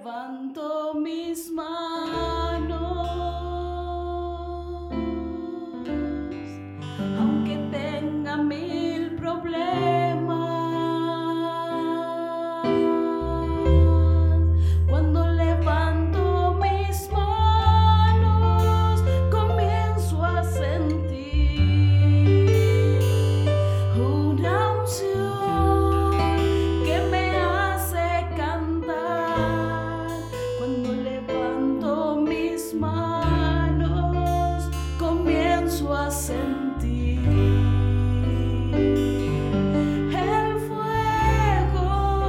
levanto mis manos, aunque tenga mil problemas. Cuando levanto mis manos, comienzo a sentir una unción que me hace cantar. Cuando levanto mis manos, comienzo a sentir el fuego.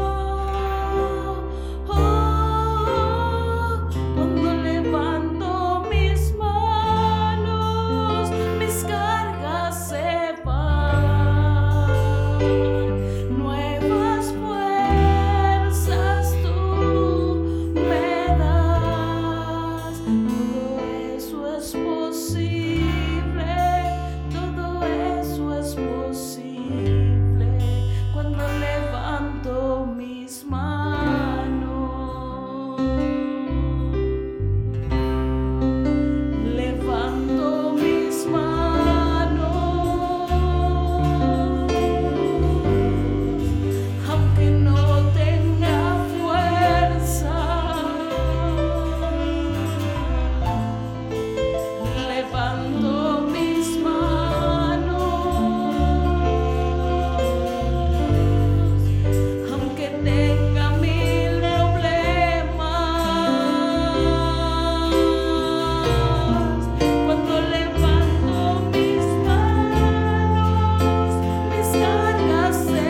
Cuando levanto mis manos, mis cargas se van. Nuevas fuerzas tú me das. Todo eso es posible, todo eso es posible cuando levanto mis manos. Levanto mis manos, aunque no tenga fuerza. Levanto mis manos, aunque tenga mil problemas. Cuando levanto mis manos, mis cargas se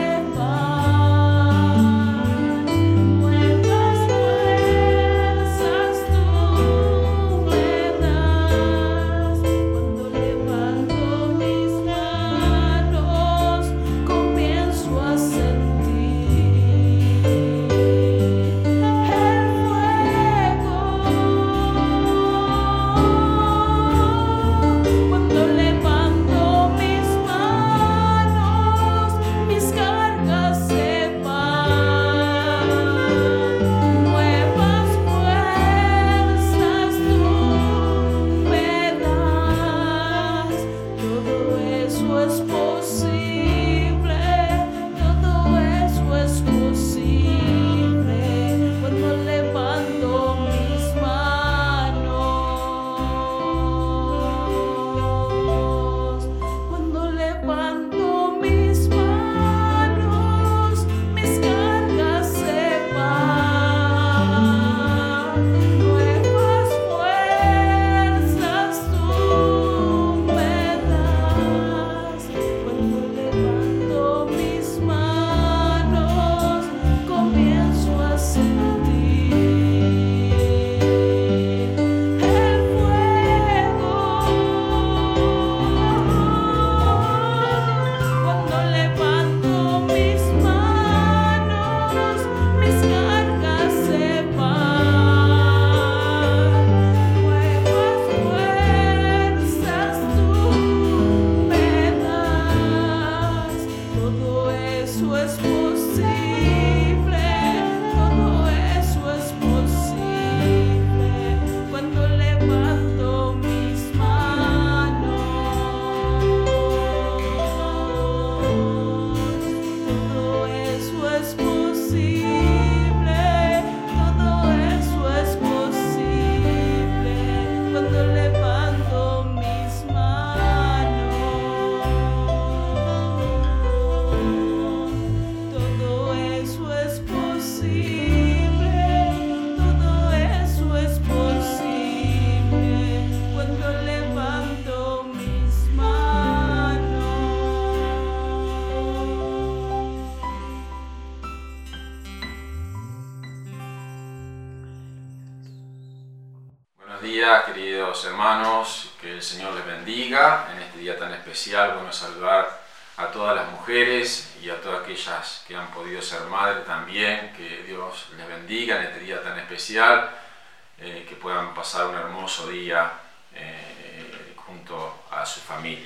van. Nuevas fuerzas tú me das. Cuando levanto mis manos, comienzo a sentir el fuego. Cuando levanto mis manos, mis cargas se van. Nuevas fuerzas tú me das. Todo eso es posible, todo eso es posible cuando levanto mis manos. Cuando levanto mis manos, mis cargas se van. Nuevas fuerzas tú me das. Cuando levanto mis manos, comienzo a sentir el fuego. Cuando levanto mis manos, mis cargas se van. Nuevas fuerzas tú me das. Todo eso es posible, todo eso es posible cuando levanto mis manos. Todo eso es posible, todo eso es posible cuando levanto mis manos. Todo eso es posible, todo eso es posible cuando levanto mis manos. Buenos días, queridos hermanos, que el Señor les bendiga en este día tan especial. Bueno, saludar a todas las mujeres y a todas aquellas que han podido ser madres también, que Dios les bendiga en este día tan especial, que puedan pasar un hermoso día junto a su familia.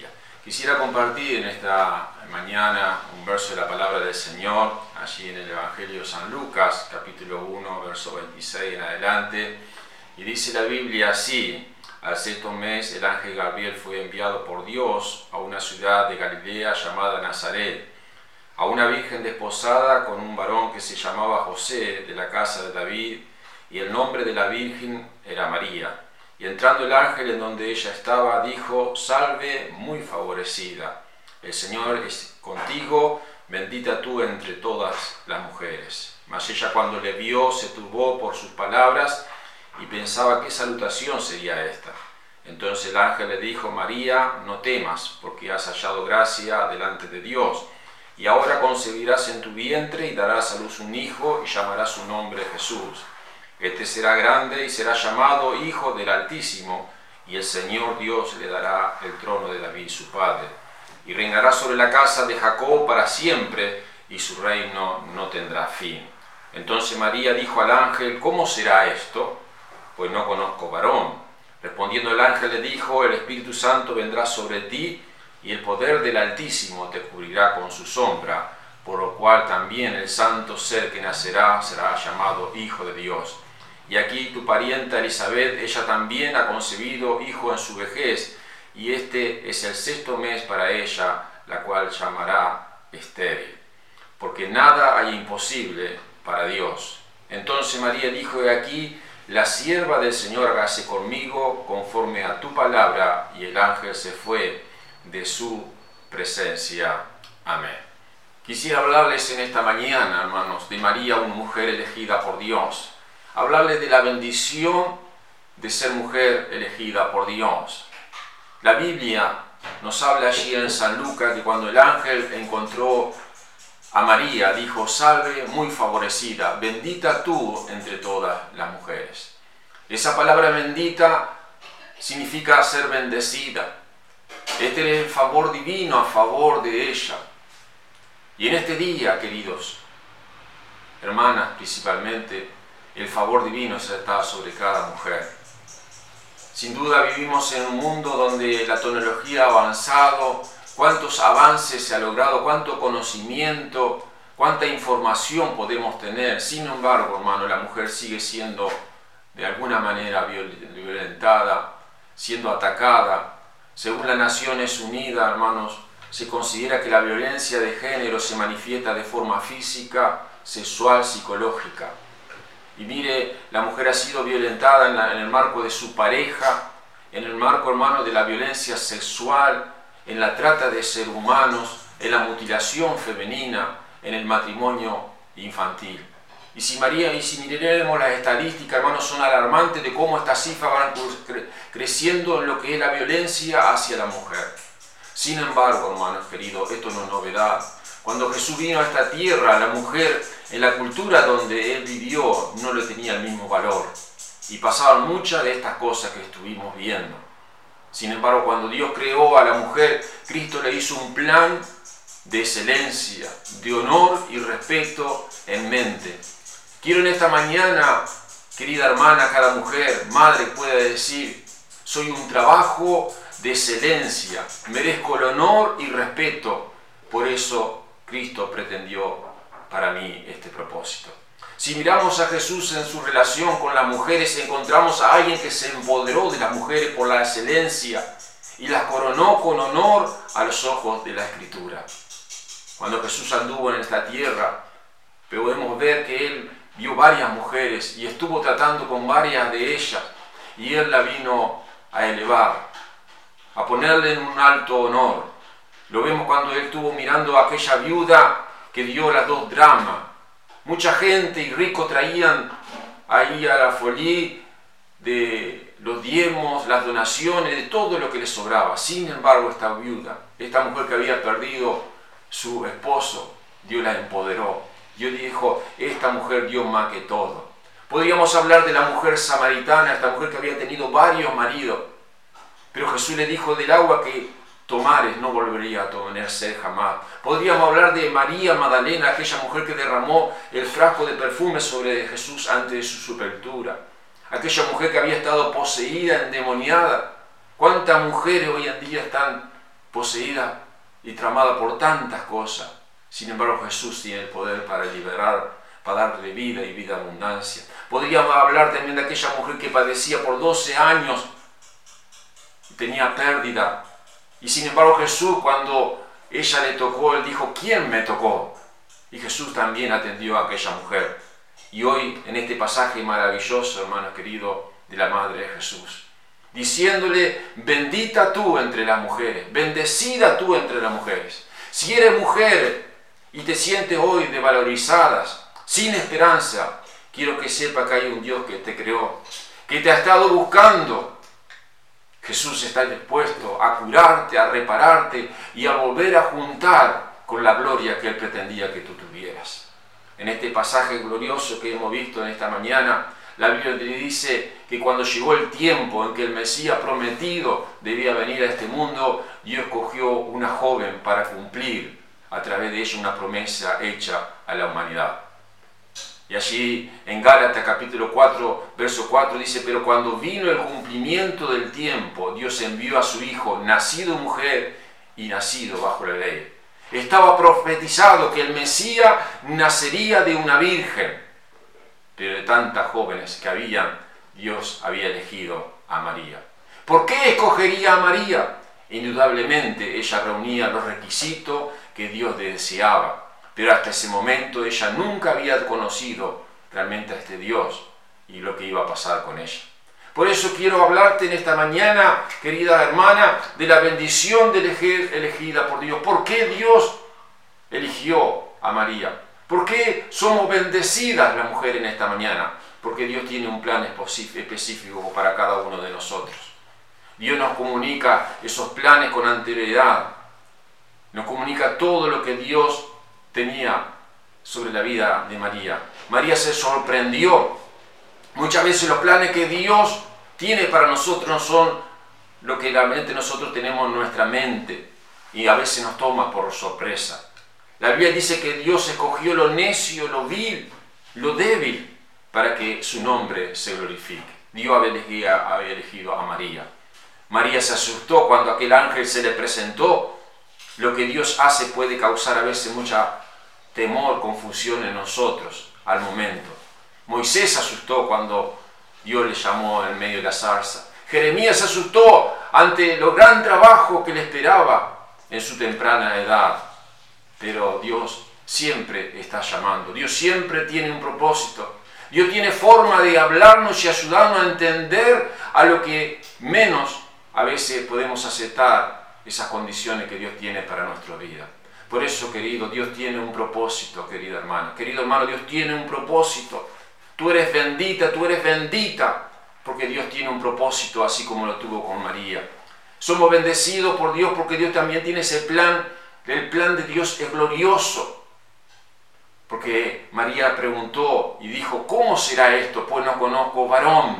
Quisiera compartir en esta mañana un verso de la palabra del Señor, allí en el Evangelio de San Lucas, capítulo 1, verso 26 en adelante, y dice la Biblia así: al sexto mes el ángel Gabriel fue enviado por Dios a una ciudad de Galilea llamada Nazaret, a una virgen desposada con un varón que se llamaba José, de la casa de David, y el nombre de la virgen era María. Y entrando el ángel en donde ella estaba, dijo: salve, muy favorecida, el Señor es contigo, bendita tú entre todas las mujeres. Mas ella, cuando le vio, se turbó por sus palabras y pensaba qué salutación sería esta. Entonces el ángel le dijo: María, no temas, porque has hallado gracia delante de Dios, y ahora concebirás en tu vientre y darás a luz un hijo y llamarás su nombre Jesús. Este será grande y será llamado Hijo del Altísimo, y el Señor Dios le dará el trono de David su padre, y reinará sobre la casa de Jacob para siempre, y su reino no tendrá fin. Entonces María dijo al ángel: ¿cómo será esto? Pues no conozco varón. Respondiendo el ángel le dijo: el Espíritu Santo vendrá sobre ti, y el poder del Altísimo te cubrirá con su sombra, por lo cual también el santo ser que nacerá será llamado Hijo de Dios. Y aquí tu parienta Elizabeth, ella también ha concebido hijo en su vejez, y este es el sexto mes para ella, la cual llamará estéril, porque nada hay imposible para Dios. Entonces María dijo: he aquí, la sierva del Señor, hágase conmigo conforme a tu palabra, y el ángel se fue de su presencia. Amén. Quisiera hablarles en esta mañana, hermanos, de María, una mujer elegida por Dios. Hablarles de la bendición de ser mujer elegida por Dios. La Biblia nos habla allí en San Lucas que cuando el ángel encontró a María, dijo: salve, muy favorecida, bendita tú entre todas las mujeres. Esa palabra bendita significa ser bendecida. Este es el favor divino a favor de ella. Y en este día, queridos hermanas, principalmente, el favor divino está sobre cada mujer. Sin duda vivimos en un mundo donde la tecnología ha avanzado, cuántos avances se ha logrado, cuánto conocimiento, cuánta información podemos tener. Sin embargo, hermano, la mujer sigue siendo de alguna manera violentada, siendo atacada. Según las Naciones Unidas, hermanos, se considera que la violencia de género se manifiesta de forma física, sexual, psicológica. Y mire, la mujer ha sido violentada en el marco de su pareja, en el marco, hermano, de la violencia sexual, en la trata de seres humanos, en la mutilación femenina, en el matrimonio infantil. Y si miraremos las estadísticas, hermanos, son alarmantes de cómo estas cifras van creciendo en lo que es la violencia hacia la mujer. Sin embargo, hermanos queridos, esto no es novedad. Cuando Jesús vino a esta tierra, la mujer en la cultura donde Él vivió no le tenía el mismo valor. Y pasaban muchas de estas cosas que estuvimos viendo. Sin embargo, cuando Dios creó a la mujer, Cristo le hizo un plan de excelencia, de honor y respeto en mente. Quiero en esta mañana, querida hermana, cada mujer, madre, pueda decir: soy un trabajo de excelencia, merezco el honor y respeto. Por eso Cristo pretendió para mí este propósito. Si miramos a Jesús en su relación con las mujeres, encontramos a alguien que se empoderó de las mujeres por la excelencia y las coronó con honor a los ojos de la Escritura. Cuando Jesús anduvo en esta tierra, podemos ver que Él vio varias mujeres y estuvo tratando con varias de ellas, y Él la vino a elevar, a ponerle en un alto honor. Lo vemos cuando Él estuvo mirando a aquella viuda que dio las 2 dracmas. Mucha gente y ricos traían ahí a la folie de los diezmos, las donaciones, de todo lo que les sobraba. Sin embargo, esta viuda, esta mujer que había perdido su esposo, Dios la empoderó. Dios dijo: esta mujer dio más que todo. Podríamos hablar de la mujer samaritana, esta mujer que había tenido varios maridos, pero Jesús le dijo: del agua que tomares no volvería a tener sed jamás. Podríamos hablar de María Magdalena, aquella mujer que derramó el frasco de perfume sobre Jesús antes de su sepultura. Aquella mujer que había estado poseída, endemoniada. ¿Cuántas mujeres hoy en día están poseída y tramada por tantas cosas. Sin embargo, Jesús tiene el poder para liberar, para darle vida y vida abundancia. Podríamos hablar también de aquella mujer que padecía por 12 años y tenía pérdida. Y sin embargo, Jesús, cuando ella le tocó, él dijo: ¿quién me tocó? Y Jesús también atendió a aquella mujer. Y hoy, en este pasaje maravilloso, hermano querido, de la Madre de Jesús, diciéndole: bendita tú entre las mujeres, bendecida tú entre las mujeres. Si eres mujer y te sientes hoy desvalorizadas, sin esperanza, quiero que sepa que hay un Dios que te creó, que te ha estado buscando. Jesús está dispuesto a curarte, a repararte y a volver a juntar con la gloria que Él pretendía que tú tuvieras. En este pasaje glorioso que hemos visto en esta mañana, la Biblia dice que cuando llegó el tiempo en que el Mesías prometido debía venir a este mundo, Dios escogió una joven para cumplir a través de ella una promesa hecha a la humanidad. Y allí en Gálatas capítulo 4, verso 4 dice: pero cuando vino el cumplimiento del tiempo, Dios envió a su Hijo, nacido mujer y nacido bajo la ley. Estaba profetizado que el Mesías nacería de una virgen, pero de tantas jóvenes que habían, Dios había elegido a María. ¿Por qué escogería a María? Indudablemente ella reunía los requisitos que Dios deseaba, pero hasta ese momento ella nunca había conocido realmente a este Dios y lo que iba a pasar con ella. Por eso quiero hablarte en esta mañana, querida hermana, de la bendición de elegida por Dios. ¿Por qué Dios eligió a María? ¿Por qué somos bendecidas las mujeres en esta mañana? Porque Dios tiene un plan específico para cada uno de nosotros. Dios nos comunica esos planes con anterioridad. Nos comunica todo lo que Dios tenía sobre la vida de María. María se sorprendió. Muchas veces los planes que Dios tiene para nosotros no son lo que realmente nosotros tenemos en nuestra mente, y a veces nos toma por sorpresa. La Biblia dice que Dios escogió lo necio, lo vil, lo débil, para que su nombre se glorifique. Dios había elegido a María. María se asustó cuando aquel ángel se le presentó. Lo que Dios hace puede causar a veces mucha temor, confusión en nosotros al momento. Moisés se asustó cuando Dios le llamó en medio de la zarza. Jeremías se asustó ante el gran trabajo que le esperaba en su temprana edad. Pero Dios siempre está llamando. Dios siempre tiene un propósito. Dios tiene forma de hablarnos y ayudarnos a entender a lo que menos a veces podemos aceptar esas condiciones que Dios tiene para nuestra vida. Por eso, querido, Dios tiene un propósito, querida hermana. Querido hermano, Dios tiene un propósito. Tú eres bendita, porque Dios tiene un propósito, así como lo tuvo con María. Somos bendecidos por Dios porque Dios también tiene ese plan. El plan de Dios es glorioso. Porque María preguntó y dijo: ¿cómo será esto? Pues no conozco varón.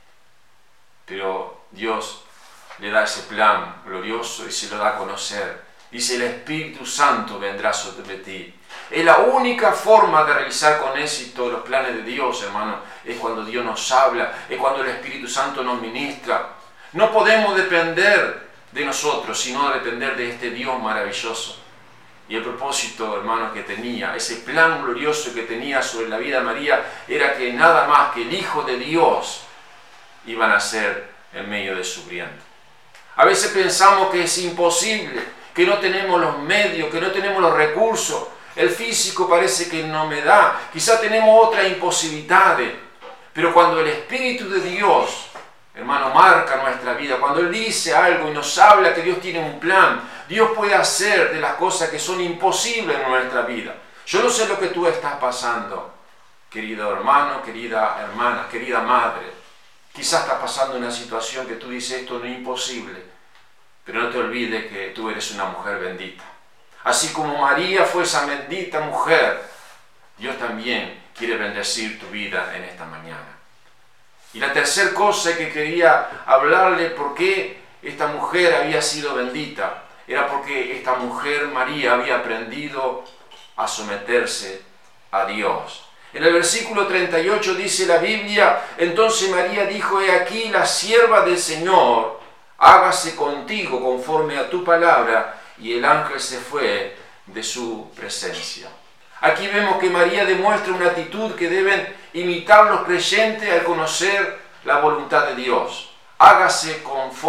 Pero Dios le da ese plan glorioso y se lo da a conocer. Dice: el Espíritu Santo vendrá sobre ti. Es la única forma de realizar con éxito los planes de Dios, hermano. Es cuando Dios nos habla, es cuando el Espíritu Santo nos ministra. No podemos depender de nosotros, sino depender de este Dios maravilloso. Y el propósito, hermano, que tenía, ese plan glorioso que tenía sobre la vida de María, era que nada más que el Hijo de Dios iba a nacer en medio de su vientre. A veces pensamos que es imposible, que no tenemos los medios, que no tenemos los recursos. El físico parece que no me da. Quizá tenemos otras imposibilidades. Pero cuando el Espíritu de Dios, hermano, marca nuestra vida, cuando Él dice algo y nos habla que Dios tiene un plan, Dios puede hacer de las cosas que son imposibles en nuestra vida. Yo no sé lo que tú estás pasando, querido hermano, querida hermana, querida madre. Quizás estás pasando una situación que tú dices: esto no es imposible. Pero no te olvides que tú eres una mujer bendita. Así como María fue esa bendita mujer, Dios también quiere bendecir tu vida en esta mañana. Y la tercera cosa que quería hablarle, por qué esta mujer había sido bendita, era porque esta mujer, María, había aprendido a someterse a Dios. En el versículo 38 dice la Biblia: entonces María dijo: he aquí la sierva del Señor, hágase contigo conforme a tu palabra. Y el ángel se fue de su presencia. Aquí vemos que María demuestra una actitud que deben imitar los creyentes al conocer la voluntad de Dios. Hágase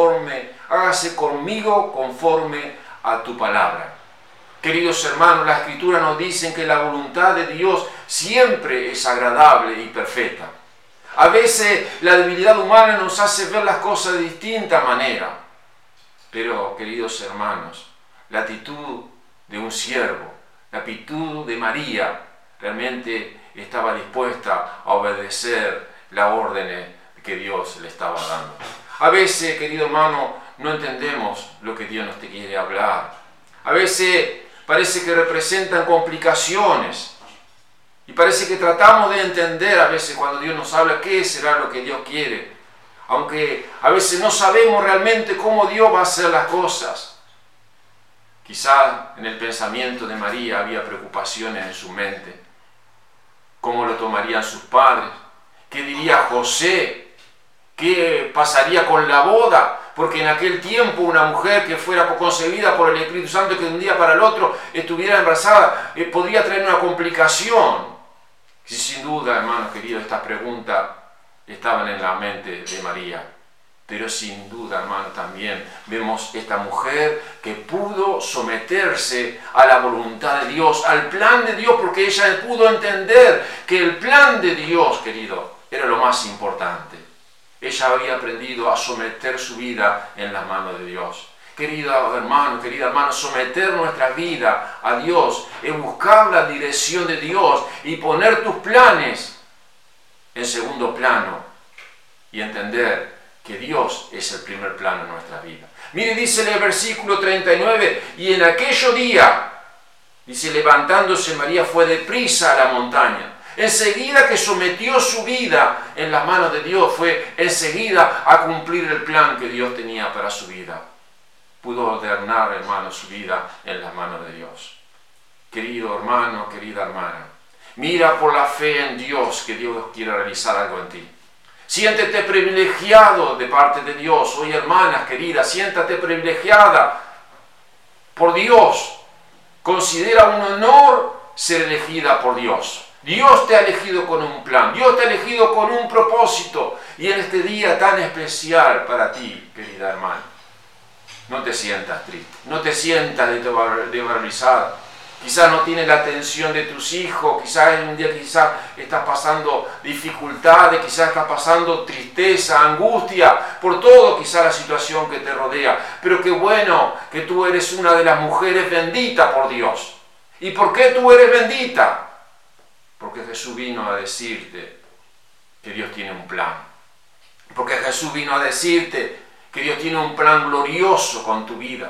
conmigo conforme a tu palabra. Queridos hermanos, la Escritura nos dice que la voluntad de Dios siempre es agradable y perfecta. A veces la debilidad humana nos hace ver las cosas de distinta manera. Pero, queridos hermanos, la actitud de un siervo, la actitud de María, realmente estaba dispuesta a obedecer las órdenes que Dios le estaba dando. A veces, querido hermano, no entendemos lo que Dios nos quiere hablar. A veces parece que representan complicaciones. Y parece que tratamos de entender a veces cuando Dios nos habla qué será lo que Dios quiere. Aunque a veces no sabemos realmente cómo Dios va a hacer las cosas. Quizá en el pensamiento de María había preocupaciones en su mente. ¿Cómo lo tomarían sus padres? ¿Qué diría José? ¿Qué pasaría con la boda? Porque en aquel tiempo una mujer que fuera concebida por el Espíritu Santo, que de un día para el otro estuviera embarazada, podría traer una complicación. Y sin duda, hermanos queridos, estas preguntas estaban en la mente de María. Pero sin duda, hermano, también vemos esta mujer que pudo someterse a la voluntad de Dios, al plan de Dios, porque ella pudo entender que el plan de Dios, querido, era lo más importante. Ella había aprendido a someter su vida en las manos de Dios. Querido hermano, querida hermana, someter nuestra vida a Dios es buscar la dirección de Dios y poner tus planes en segundo plano y entender que Dios es el primer plano en nuestra vida. Mire, dice en el versículo 39, y en aquello día, dice, levantándose María fue deprisa a la montaña. Enseguida que sometió su vida en las manos de Dios, fue enseguida a cumplir el plan que Dios tenía para su vida. Pudo ordenar, hermano, su vida en las manos de Dios. Querido hermano, querida hermana, mira por la fe en Dios que Dios quiere realizar algo en ti. Siéntete privilegiado de parte de Dios. Hoy, hermanas queridas, siéntate privilegiada por Dios. Considera un honor ser elegida por Dios. Dios te ha elegido con un plan. Dios te ha elegido con un propósito. Y en este día tan especial para ti, querida hermana, no te sientas triste. No te sientas desvalorizada. Quizás no tienes la atención de tus hijos, quizás en un día estás pasando dificultades, quizás estás pasando tristeza, angustia, por todo quizás la situación que te rodea. Pero qué bueno que tú eres una de las mujeres benditas por Dios. ¿Y por qué tú eres bendita? Porque Jesús vino a decirte que Dios tiene un plan. Porque Jesús vino a decirte que Dios tiene un plan glorioso con tu vida.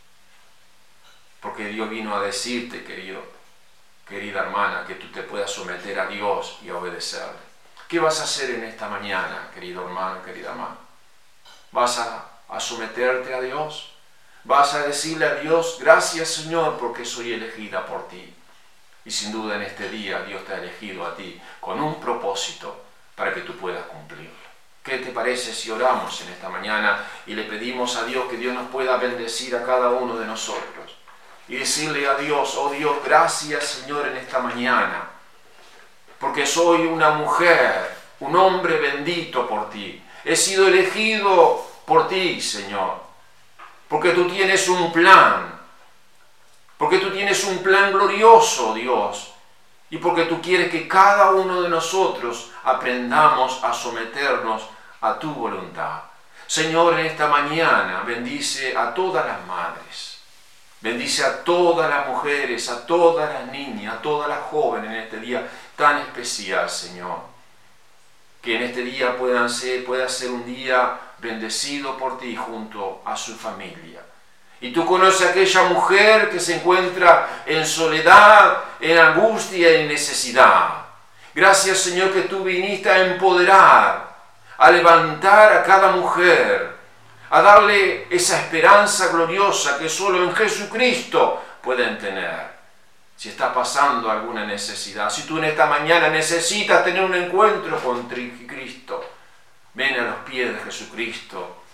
Porque Dios vino a decirte, querida hermana, que tú te puedas someter a Dios y a obedecerle. ¿Qué vas a hacer en esta mañana, querido hermano, querida hermana? ¿Vas a someterte a Dios? ¿Vas a decirle a Dios, gracias Señor, porque soy elegida por ti? Y sin duda en este día Dios te ha elegido a ti con un propósito para que tú puedas cumplirlo. ¿Qué te parece si oramos en esta mañana y le pedimos a Dios que Dios nos pueda bendecir a cada uno de nosotros? Y decirle a Dios, oh Dios, gracias Señor en esta mañana, porque soy una mujer, un hombre bendito por ti. He sido elegido por ti, Señor, porque tú tienes un plan, porque tú tienes un plan glorioso, Dios, y porque tú quieres que cada uno de nosotros aprendamos a someternos a tu voluntad. Señor, en esta mañana bendice a todas las madres. Bendice a todas las mujeres, a todas las niñas, a todas las jóvenes en este día tan especial, Señor. Que en este día pueda ser un día bendecido por ti junto a su familia. Y tú conoces a aquella mujer que se encuentra en soledad, en angustia y en necesidad. Gracias, Señor, que tú viniste a empoderar, a levantar a cada mujer, a darle esa esperanza gloriosa que solo en Jesucristo pueden tener. Si está pasando alguna necesidad, si tú en esta mañana necesitas tener un encuentro con Cristo, ven a los pies de Jesucristo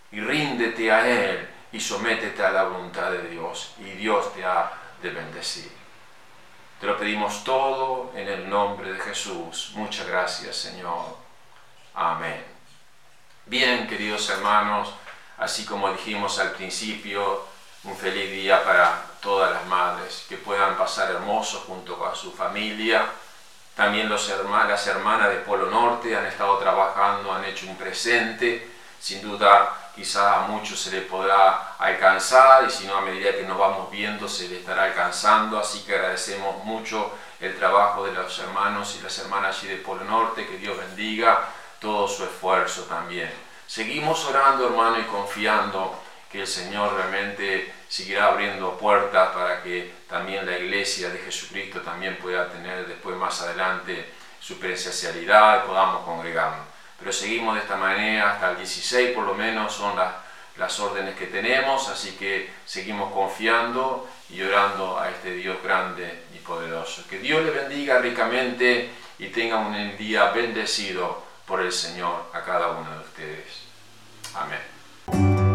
y ríndete a Él y sométete a la voluntad de Dios, y Dios te ha de bendecir. Te lo pedimos todo en el nombre de Jesús. Muchas gracias, Señor. Amén. Bien, queridos hermanos, así como dijimos al principio, un feliz día para todas las madres, que puedan pasar hermosos junto con su familia. También las hermanas de Polo Norte han estado trabajando, han hecho un presente. Sin duda, quizá a muchos se les podrá alcanzar, y si no, a medida que nos vamos viendo se les estará alcanzando. Así que agradecemos mucho el trabajo de los hermanos y las hermanas allí de Polo Norte. Que Dios bendiga todo su esfuerzo también. Seguimos orando, hermano, y confiando que el Señor realmente seguirá abriendo puertas para que también la iglesia de Jesucristo también pueda tener después, más adelante, su presencialidad y podamos congregarnos. Pero seguimos de esta manera hasta el 16, por lo menos son las órdenes que tenemos, así que seguimos confiando y orando a este Dios grande y poderoso. Que Dios le bendiga ricamente y tenga un día bendecido por el Señor a cada uno de ustedes. Amén.